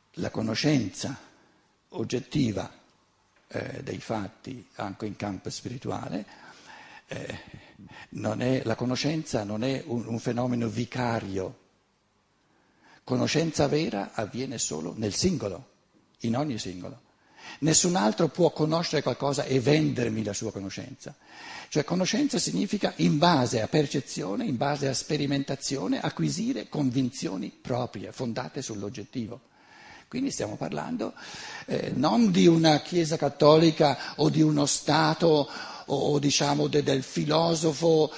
la conoscenza oggettiva dei fatti anche in campo spirituale, la conoscenza non è un fenomeno vicario. Conoscenza vera avviene solo nel singolo, in ogni singolo. Nessun altro può conoscere qualcosa e vendermi la sua conoscenza. Cioè conoscenza significa in base a percezione, in base a sperimentazione, acquisire convinzioni proprie, fondate sull'oggettivo. Quindi stiamo parlando non di una Chiesa cattolica o di uno Stato o diciamo del filosofo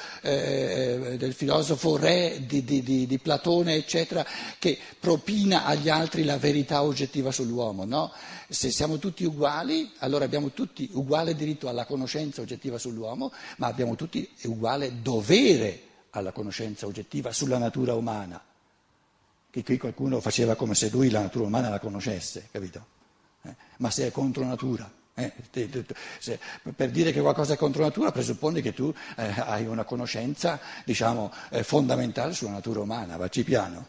re di Platone, eccetera, che propina agli altri la verità oggettiva sull'uomo, no? Se siamo tutti uguali, allora abbiamo tutti uguale diritto alla conoscenza oggettiva sull'uomo, ma abbiamo tutti uguale dovere alla conoscenza oggettiva sulla natura umana. Che qui qualcuno faceva come se lui la natura umana la conoscesse, capito? Ma se è contro natura. Per dire che qualcosa è contro natura presuppone che tu hai una conoscenza, diciamo, fondamentale sulla natura umana, vacci piano.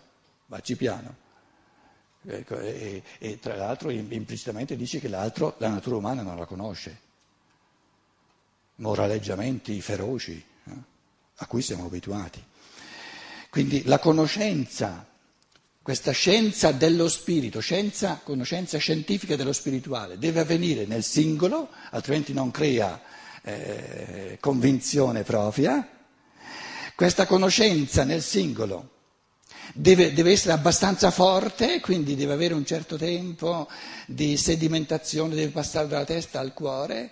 Ecco, e tra l'altro implicitamente dici che l'altro la natura umana non la conosce. Moraleggiamenti feroci, a cui siamo abituati. Quindi la conoscenza, questa scienza dello spirito, conoscenza scientifica dello spirituale, deve avvenire nel singolo, altrimenti non crea convinzione propria. Questa conoscenza nel singolo deve essere abbastanza forte, quindi deve avere un certo tempo di sedimentazione, deve passare dalla testa al cuore.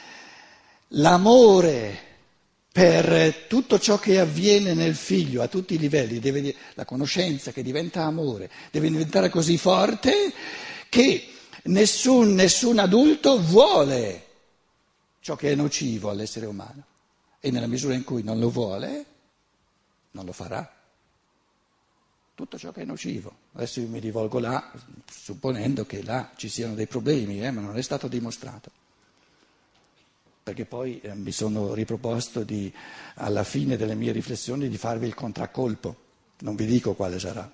L'amore per tutto ciò che avviene nel figlio a tutti i livelli, la conoscenza che diventa amore, deve diventare così forte che nessun adulto vuole ciò che è nocivo all'essere umano e nella misura in cui non lo vuole, non lo farà. Tutto ciò che è nocivo. Adesso io mi rivolgo là, supponendo che là ci siano dei problemi, ma non è stato dimostrato. Perché poi mi sono riproposto alla fine delle mie riflessioni di farvi il contraccolpo, non vi dico quale sarà.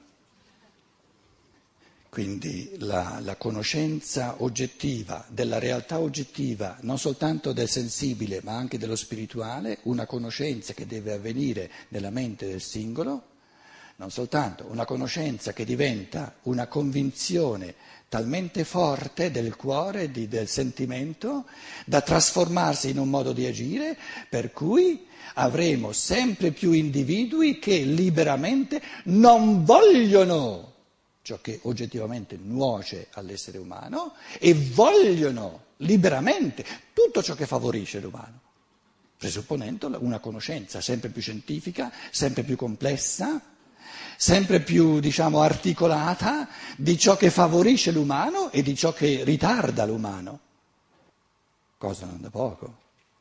Quindi la conoscenza oggettiva, della realtà oggettiva, non soltanto del sensibile ma anche dello spirituale, una conoscenza che deve avvenire nella mente del singolo, non soltanto una conoscenza che diventa una convinzione talmente forte del cuore, del sentimento, da trasformarsi in un modo di agire per cui avremo sempre più individui che liberamente non vogliono ciò che oggettivamente nuoce all'essere umano e vogliono liberamente tutto ciò che favorisce l'umano, presupponendo una conoscenza sempre più scientifica, sempre più complessa, sempre più, diciamo, articolata di ciò che favorisce l'umano e di ciò che ritarda l'umano. Cosa non da poco.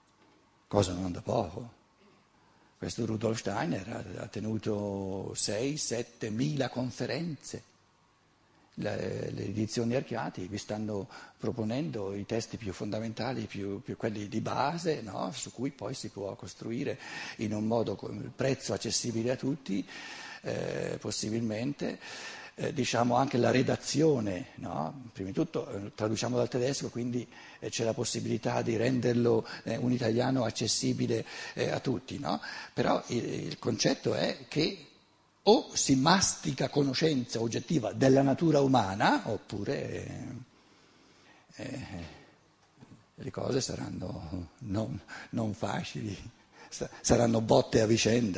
Questo Rudolf Steiner ha tenuto 6-7 mila conferenze. Le edizioni Archiati vi stanno proponendo i testi più fondamentali, più quelli di base, no? Su cui poi si può costruire in un modo con il prezzo accessibile a tutti, possibilmente, diciamo anche la redazione, no? Prima di tutto traduciamo dal tedesco, quindi c'è la possibilità di renderlo un italiano accessibile a tutti, no? Però il concetto è che o si mastica conoscenza oggettiva della natura umana, oppure le cose saranno non facili, saranno botte a vicenda.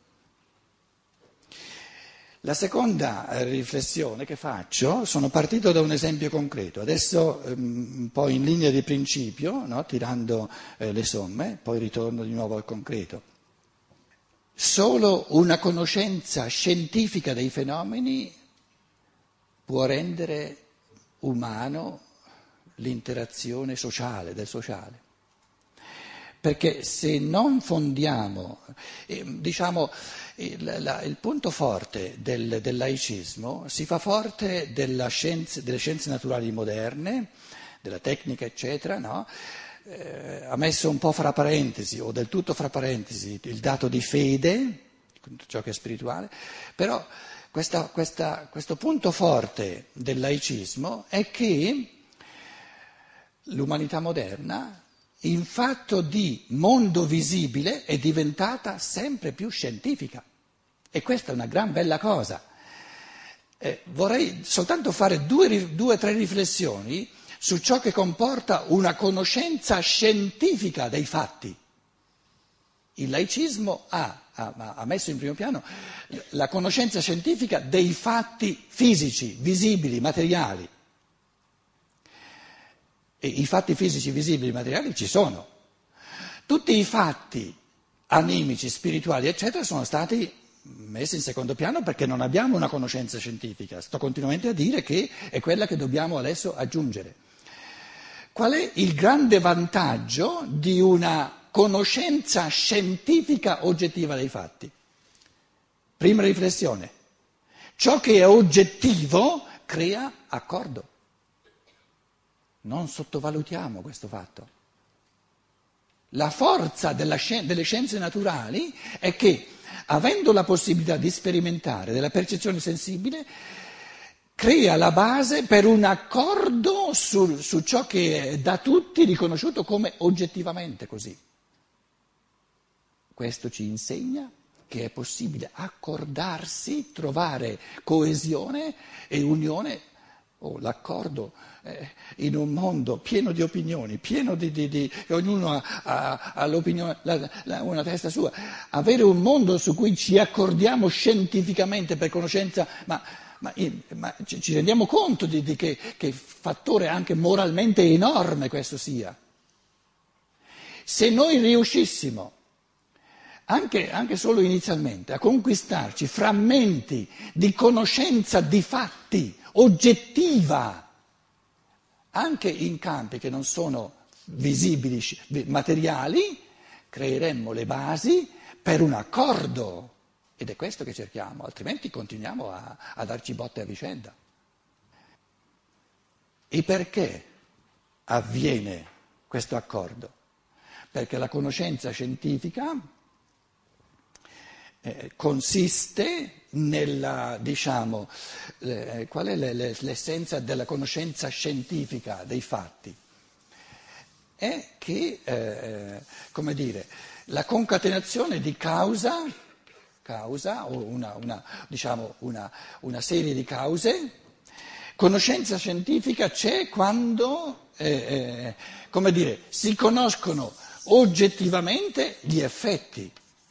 La seconda riflessione che faccio, sono partito da un esempio concreto, adesso un po' in linea di principio, no? Tirando le somme, poi ritorno di nuovo al concreto. Solo una conoscenza scientifica dei fenomeni può rendere umano l'interazione sociale, del sociale. Perché se non fondiamo, diciamo, il punto forte del laicismo si fa forte delle scienze naturali moderne, della tecnica, eccetera, no? Ha messo un po' fra parentesi o del tutto fra parentesi il dato di fede, ciò che è spirituale, però Questo punto forte del laicismo è che l'umanità moderna, in fatto di mondo visibile, è diventata sempre più scientifica. E questa è una gran bella cosa. Vorrei soltanto fare due o tre riflessioni su ciò che comporta una conoscenza scientifica dei fatti. Il laicismo ha messo in primo piano la conoscenza scientifica dei fatti fisici, visibili, materiali. E i fatti fisici, visibili, materiali ci sono. Tutti i fatti animici, spirituali, eccetera, sono stati messi in secondo piano perché non abbiamo una conoscenza scientifica. Sto continuamente a dire che è quella che dobbiamo adesso aggiungere. Qual è il grande vantaggio di una conoscenza scientifica oggettiva dei fatti? Prima riflessione. Ciò che è oggettivo crea accordo. Non sottovalutiamo questo fatto. La forza delle scienze naturali è che, avendo la possibilità di sperimentare della percezione sensibile, crea la base per un accordo su ciò che è da tutti riconosciuto come oggettivamente così. Questo ci insegna che è possibile accordarsi, trovare coesione e unione, l'accordo in un mondo pieno di opinioni, pieno che ognuno ha l'opinione, una testa sua. Avere un mondo su cui ci accordiamo scientificamente per conoscenza, ma ci rendiamo conto di che fattore anche moralmente enorme questo sia. Se noi riuscissimo, anche solo inizialmente, a conquistarci frammenti di conoscenza di fatti oggettiva, anche in campi che non sono visibili, materiali, creeremmo le basi per un accordo. Ed è questo che cerchiamo, altrimenti continuiamo a darci botte a vicenda. E perché avviene questo accordo? Perché la conoscenza scientifica consiste nella, diciamo, qual è l'essenza della conoscenza scientifica dei fatti? È che, come dire, la concatenazione di causa o diciamo una serie di cause. Conoscenza scientifica c'è quando, come dire, si conoscono oggettivamente gli effetti.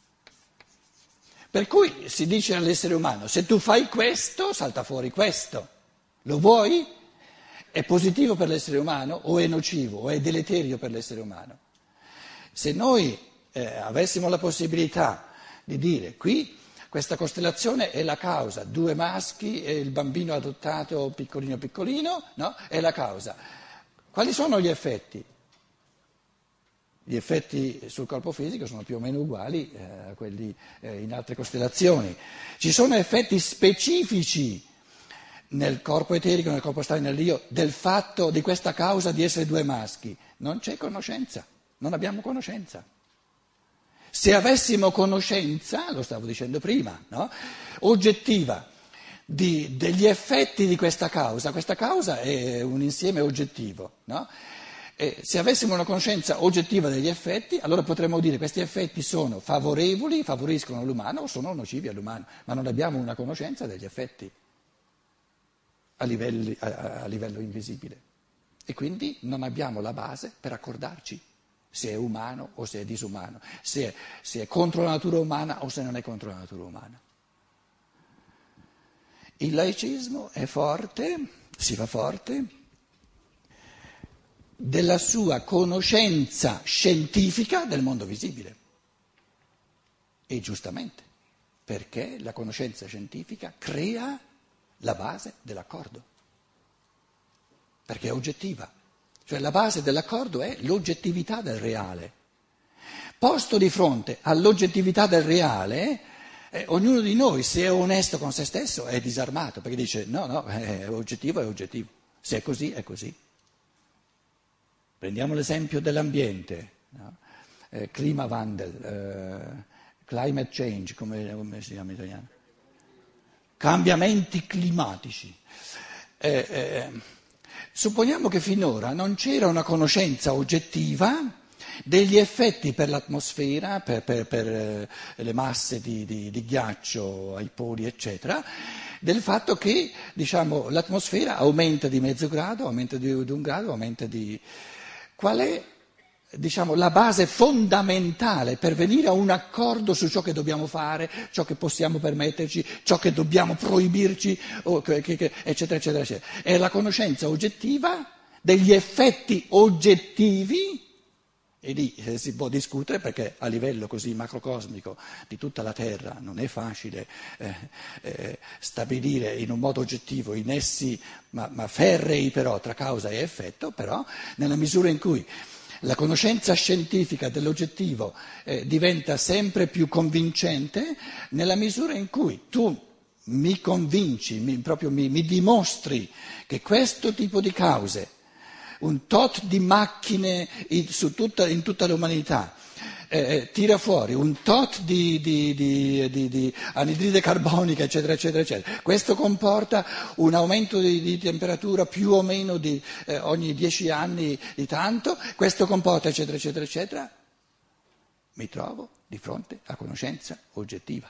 Per cui si dice all'essere umano, se tu fai questo, salta fuori questo. Lo vuoi? È positivo per l'essere umano o è nocivo o è deleterio per l'essere umano? Se noi avessimo la possibilità di dire qui questa costellazione è la causa, 2 maschi e il bambino adottato piccolino piccolino, no? È la causa. Quali sono gli effetti? Gli effetti sul corpo fisico sono più o meno uguali a quelli in altre costellazioni. Ci sono effetti specifici nel corpo eterico, nel corpo astale, nell'io, del fatto di questa causa di essere 2 maschi. Non c'è conoscenza, non abbiamo conoscenza. Se avessimo conoscenza, lo stavo dicendo prima, no? Oggettiva, degli effetti di questa causa è un insieme oggettivo, no? E se avessimo una conoscenza oggettiva degli effetti, allora potremmo dire che questi effetti sono favorevoli, favoriscono l'umano o sono nocivi all'umano, ma non abbiamo una conoscenza degli effetti a livello invisibile. E quindi non abbiamo la base per accordarci se è umano o se è disumano, se è contro la natura umana o se non è contro la natura umana. Il laicismo è forte, si fa forte, della sua conoscenza scientifica del mondo visibile. E giustamente, perché la conoscenza scientifica crea la base dell'accordo, perché è oggettiva. Cioè la base dell'accordo è l'oggettività del reale. Posto di fronte all'oggettività del reale, ognuno di noi, se è onesto con se stesso, è disarmato, perché dice no, è oggettivo, se è così, è così. Prendiamo l'esempio dell'ambiente, no? Klimawandel, climate change, come si chiama in italiano? cambiamenti climatici. Supponiamo che finora non c'era una conoscenza oggettiva degli effetti per l'atmosfera, per le masse di ghiaccio ai poli, eccetera, del fatto che, diciamo, l'atmosfera aumenta di mezzo grado, aumenta di un grado, aumenta di... Qual è, diciamo, la base fondamentale per venire a un accordo su ciò che dobbiamo fare, ciò che possiamo permetterci, ciò che dobbiamo proibirci, eccetera, eccetera, eccetera? È la conoscenza oggettiva degli effetti oggettivi. E lì si può discutere perché a livello così macrocosmico di tutta la Terra non è facile stabilire in un modo oggettivo i nessi, ma ferrei però tra causa e effetto, però nella misura in cui la conoscenza scientifica dell'oggettivo diventa sempre più convincente, nella misura in cui tu mi convinci, mi dimostri che questo tipo di cause, un tot di macchine in tutta l'umanità, tira fuori un tot di anidride carbonica, eccetera, eccetera, eccetera. Questo comporta un aumento di temperatura più o meno ogni 10 anni di tanto, questo comporta, eccetera, eccetera, eccetera. Mi trovo di fronte a conoscenza oggettiva.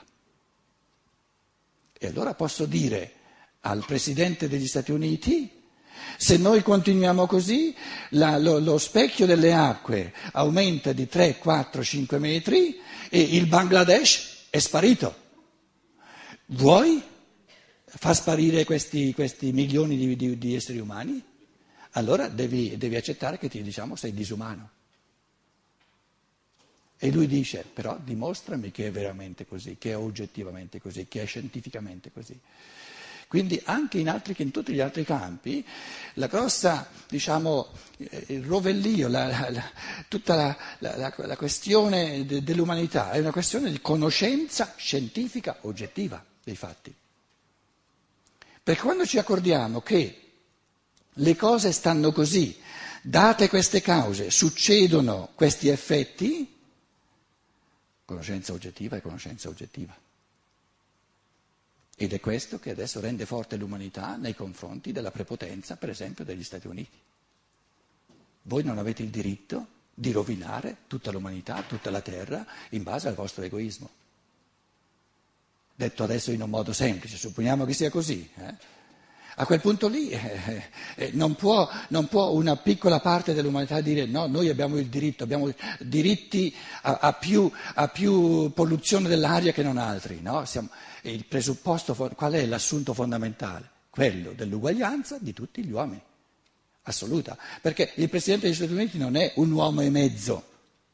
E allora posso dire al Presidente degli Stati Uniti: se noi continuiamo così, lo specchio delle acque aumenta di 3, 4, 5 metri e il Bangladesh è sparito. Vuoi far sparire questi milioni di esseri umani? Allora devi accettare che ti diciamo sei disumano. E lui dice: però dimostrami che è veramente così, che è oggettivamente così, che è scientificamente così. Quindi anche in tutti gli altri campi, la grossa, diciamo, il rovellio, tutta la questione dell'umanità è una questione di conoscenza scientifica oggettiva dei fatti. Perché quando ci accordiamo che le cose stanno così, date queste cause, succedono questi effetti, conoscenza oggettiva è conoscenza oggettiva. Ed è questo che adesso rende forte l'umanità nei confronti della prepotenza, per esempio, degli Stati Uniti. Voi non avete il diritto di rovinare tutta l'umanità, tutta la terra, in base al vostro egoismo. Detto adesso in un modo semplice, supponiamo che sia così. A quel punto lì non può una piccola parte dell'umanità dire: no, noi abbiamo il diritto, abbiamo diritti a più polluzione dell'aria che non altri. No? Il presupposto, qual è l'assunto fondamentale? Quello dell'uguaglianza di tutti gli uomini, assoluta. Perché il Presidente degli Stati Uniti non è un uomo e mezzo,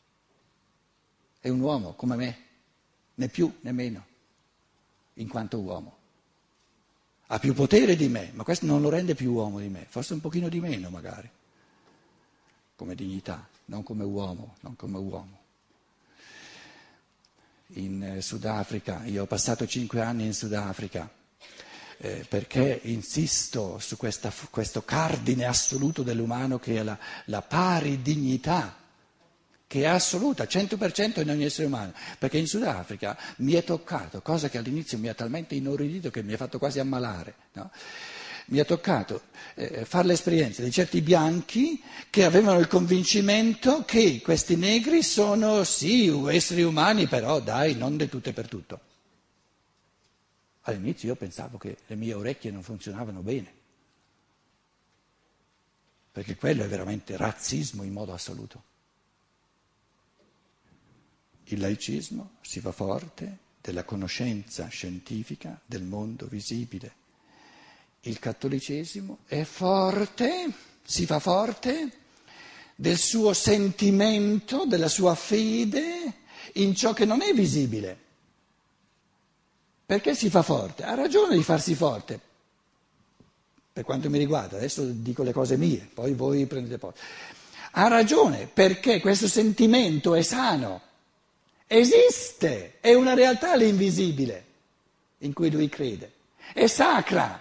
è un uomo come me, né più né meno, in quanto uomo. Ha più potere di me, ma questo non lo rende più uomo di me, forse un pochino di meno magari, come dignità, non come uomo, non come uomo. In Sudafrica, io ho passato 5 anni in Sudafrica, perché insisto su questo cardine assoluto dell'umano che è la pari dignità, che è assoluta, 100% in ogni essere umano, perché in Sudafrica mi è toccato, cosa che all'inizio mi ha talmente inorridito che mi ha fatto quasi ammalare, no? Mi è toccato fare l'esperienza di certi bianchi che avevano il convincimento che questi negri sono sì esseri umani, però dai, non del tutto e per tutto. All'inizio io pensavo che le mie orecchie non funzionavano bene, perché quello è veramente razzismo in modo assoluto. Il laicismo si fa forte della conoscenza scientifica del mondo visibile. Il cattolicesimo è forte, si fa forte del suo sentimento, della sua fede in ciò che non è visibile. Perché si fa forte? Ha ragione di farsi forte, per quanto mi riguarda, adesso dico le cose mie, poi voi prendete posto. Ha ragione perché questo sentimento è sano. Esiste, è una realtà l'invisibile in cui lui crede, è sacra,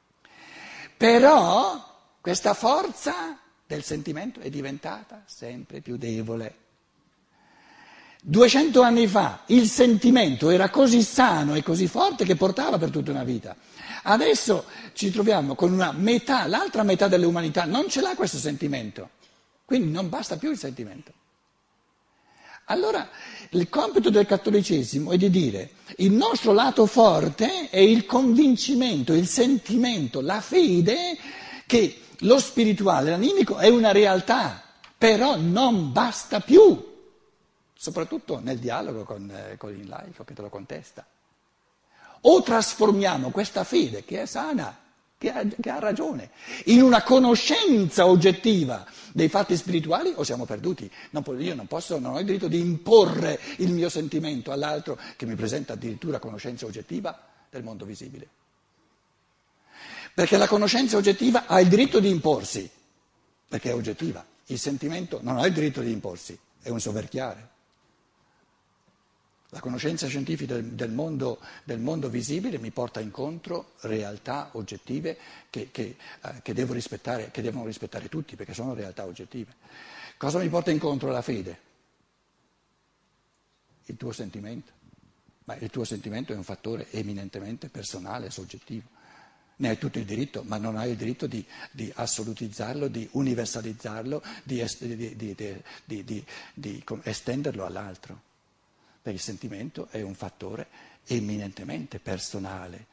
però questa forza del sentimento è diventata sempre più debole. 200 anni fa il sentimento era così sano e così forte che portava per tutta una vita. Adesso ci troviamo con una metà, l'altra metà dell'umanità non ce l'ha questo sentimento, quindi non basta più il sentimento. Allora il compito del cattolicesimo è di dire il nostro lato forte è il convincimento, il sentimento, la fede che lo spirituale, l'animico è una realtà, però non basta più. Soprattutto nel dialogo con il laico che te lo contesta. O trasformiamo questa fede che è sana, che ha ragione, in una conoscenza oggettiva dei fatti spirituali o siamo perduti. Io non ho il diritto di imporre il mio sentimento all'altro che mi presenta addirittura conoscenza oggettiva del mondo visibile. Perché la conoscenza oggettiva ha il diritto di imporsi, perché è oggettiva. Il sentimento non ha il diritto di imporsi, è un soverchiare. La conoscenza scientifica del mondo visibile mi porta incontro realtà oggettive che devono rispettare tutti, perché sono realtà oggettive. Cosa mi porta incontro la fede? Il tuo sentimento. Ma il tuo sentimento è un fattore eminentemente personale, soggettivo. Ne hai tutto il diritto, ma non hai il diritto di assolutizzarlo, di universalizzarlo, di estenderlo all'altro. Perché il sentimento è un fattore eminentemente personale,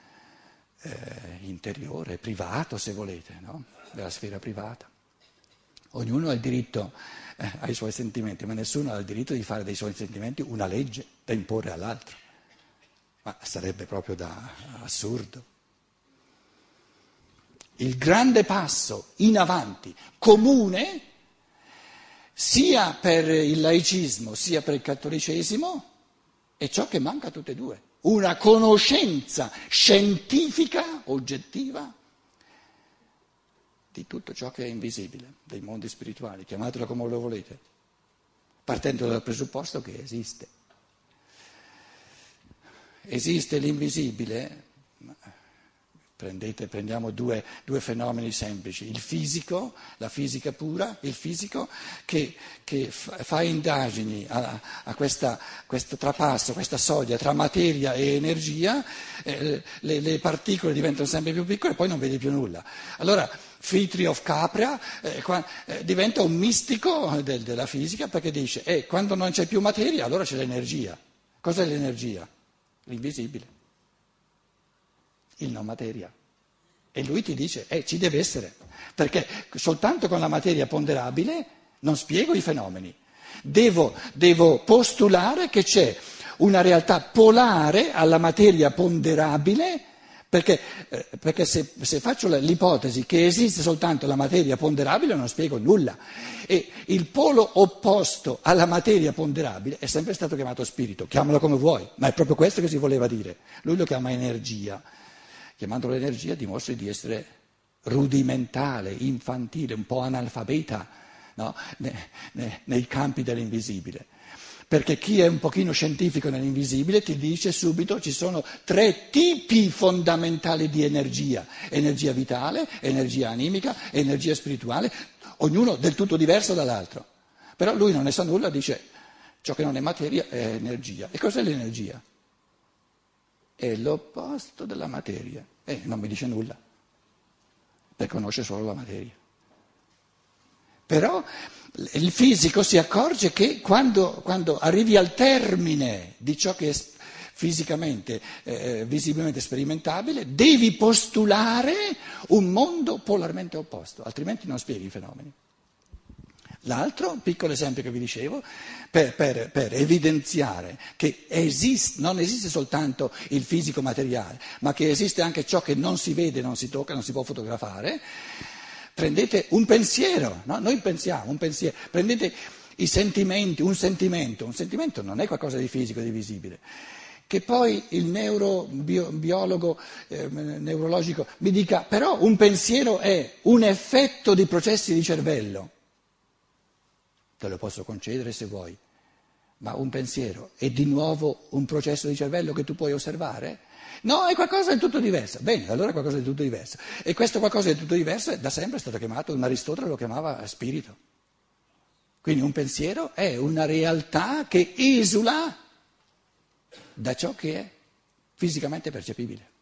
interiore, privato se volete, no? Della sfera privata. Ognuno ha il diritto ai suoi sentimenti, ma nessuno ha il diritto di fare dei suoi sentimenti una legge da imporre all'altro. Ma sarebbe proprio da assurdo. Il grande passo in avanti comune sia per il laicismo sia per il cattolicesimo è ciò che manca a tutte e due, una conoscenza scientifica, oggettiva, di tutto ciò che è invisibile, dei mondi spirituali, chiamatelo come lo volete, partendo dal presupposto che esiste. Esiste l'invisibile. Prendiamo due fenomeni semplici, il fisico, la fisica pura, il fisico che fa indagini a questo trapasso, questa soglia tra materia e energia, le particole diventano sempre più piccole e poi non vedi più nulla. Allora Fritjof Capra diventa un mistico della fisica perché dice quando non c'è più materia allora c'è l'energia. Cos'è l'energia? L'invisibile. Il non materia. E lui ti dice, ci deve essere, perché soltanto con la materia ponderabile non spiego i fenomeni. Devo postulare che c'è una realtà polare alla materia ponderabile, perché se faccio l'ipotesi che esiste soltanto la materia ponderabile non spiego nulla. E il polo opposto alla materia ponderabile è sempre stato chiamato spirito, chiamalo come vuoi, ma è proprio questo che si voleva dire. Lui lo chiama energia. Chiamandolo energia dimostri di essere rudimentale, infantile, un po' analfabeta, no? Nei campi dell'invisibile. Perché chi è un pochino scientifico nell'invisibile ti dice subito ci sono 3 tipi fondamentali di energia: energia vitale, energia animica, energia spirituale, ognuno del tutto diverso dall'altro. Però lui non ne sa nulla, dice ciò che non è materia è energia. E cos'è l'energia? È l'opposto della materia. Non mi dice nulla, perché conosce solo la materia. Però il fisico si accorge che quando arrivi al termine di ciò che è fisicamente, visibilmente sperimentabile, devi postulare un mondo polarmente opposto, altrimenti non spieghi i fenomeni. L'altro piccolo esempio che vi dicevo, per evidenziare che non esiste soltanto il fisico materiale, ma che esiste anche ciò che non si vede, non si tocca, non si può fotografare, prendete un pensiero, no? Noi pensiamo, un pensiero, prendete i sentimenti, un sentimento non è qualcosa di fisico, di visibile. Che poi il neurobiologo neurologico mi dica, però un pensiero è un effetto di processi di cervello. Te lo posso concedere se vuoi, ma un pensiero è di nuovo un processo di cervello che tu puoi osservare? No, è qualcosa di tutto diverso. Bene, allora è qualcosa di tutto diverso. E questo qualcosa di tutto diverso da sempre è stato chiamato, Aristotele lo chiamava spirito. Quindi un pensiero è una realtà che esula da ciò che è fisicamente percepibile.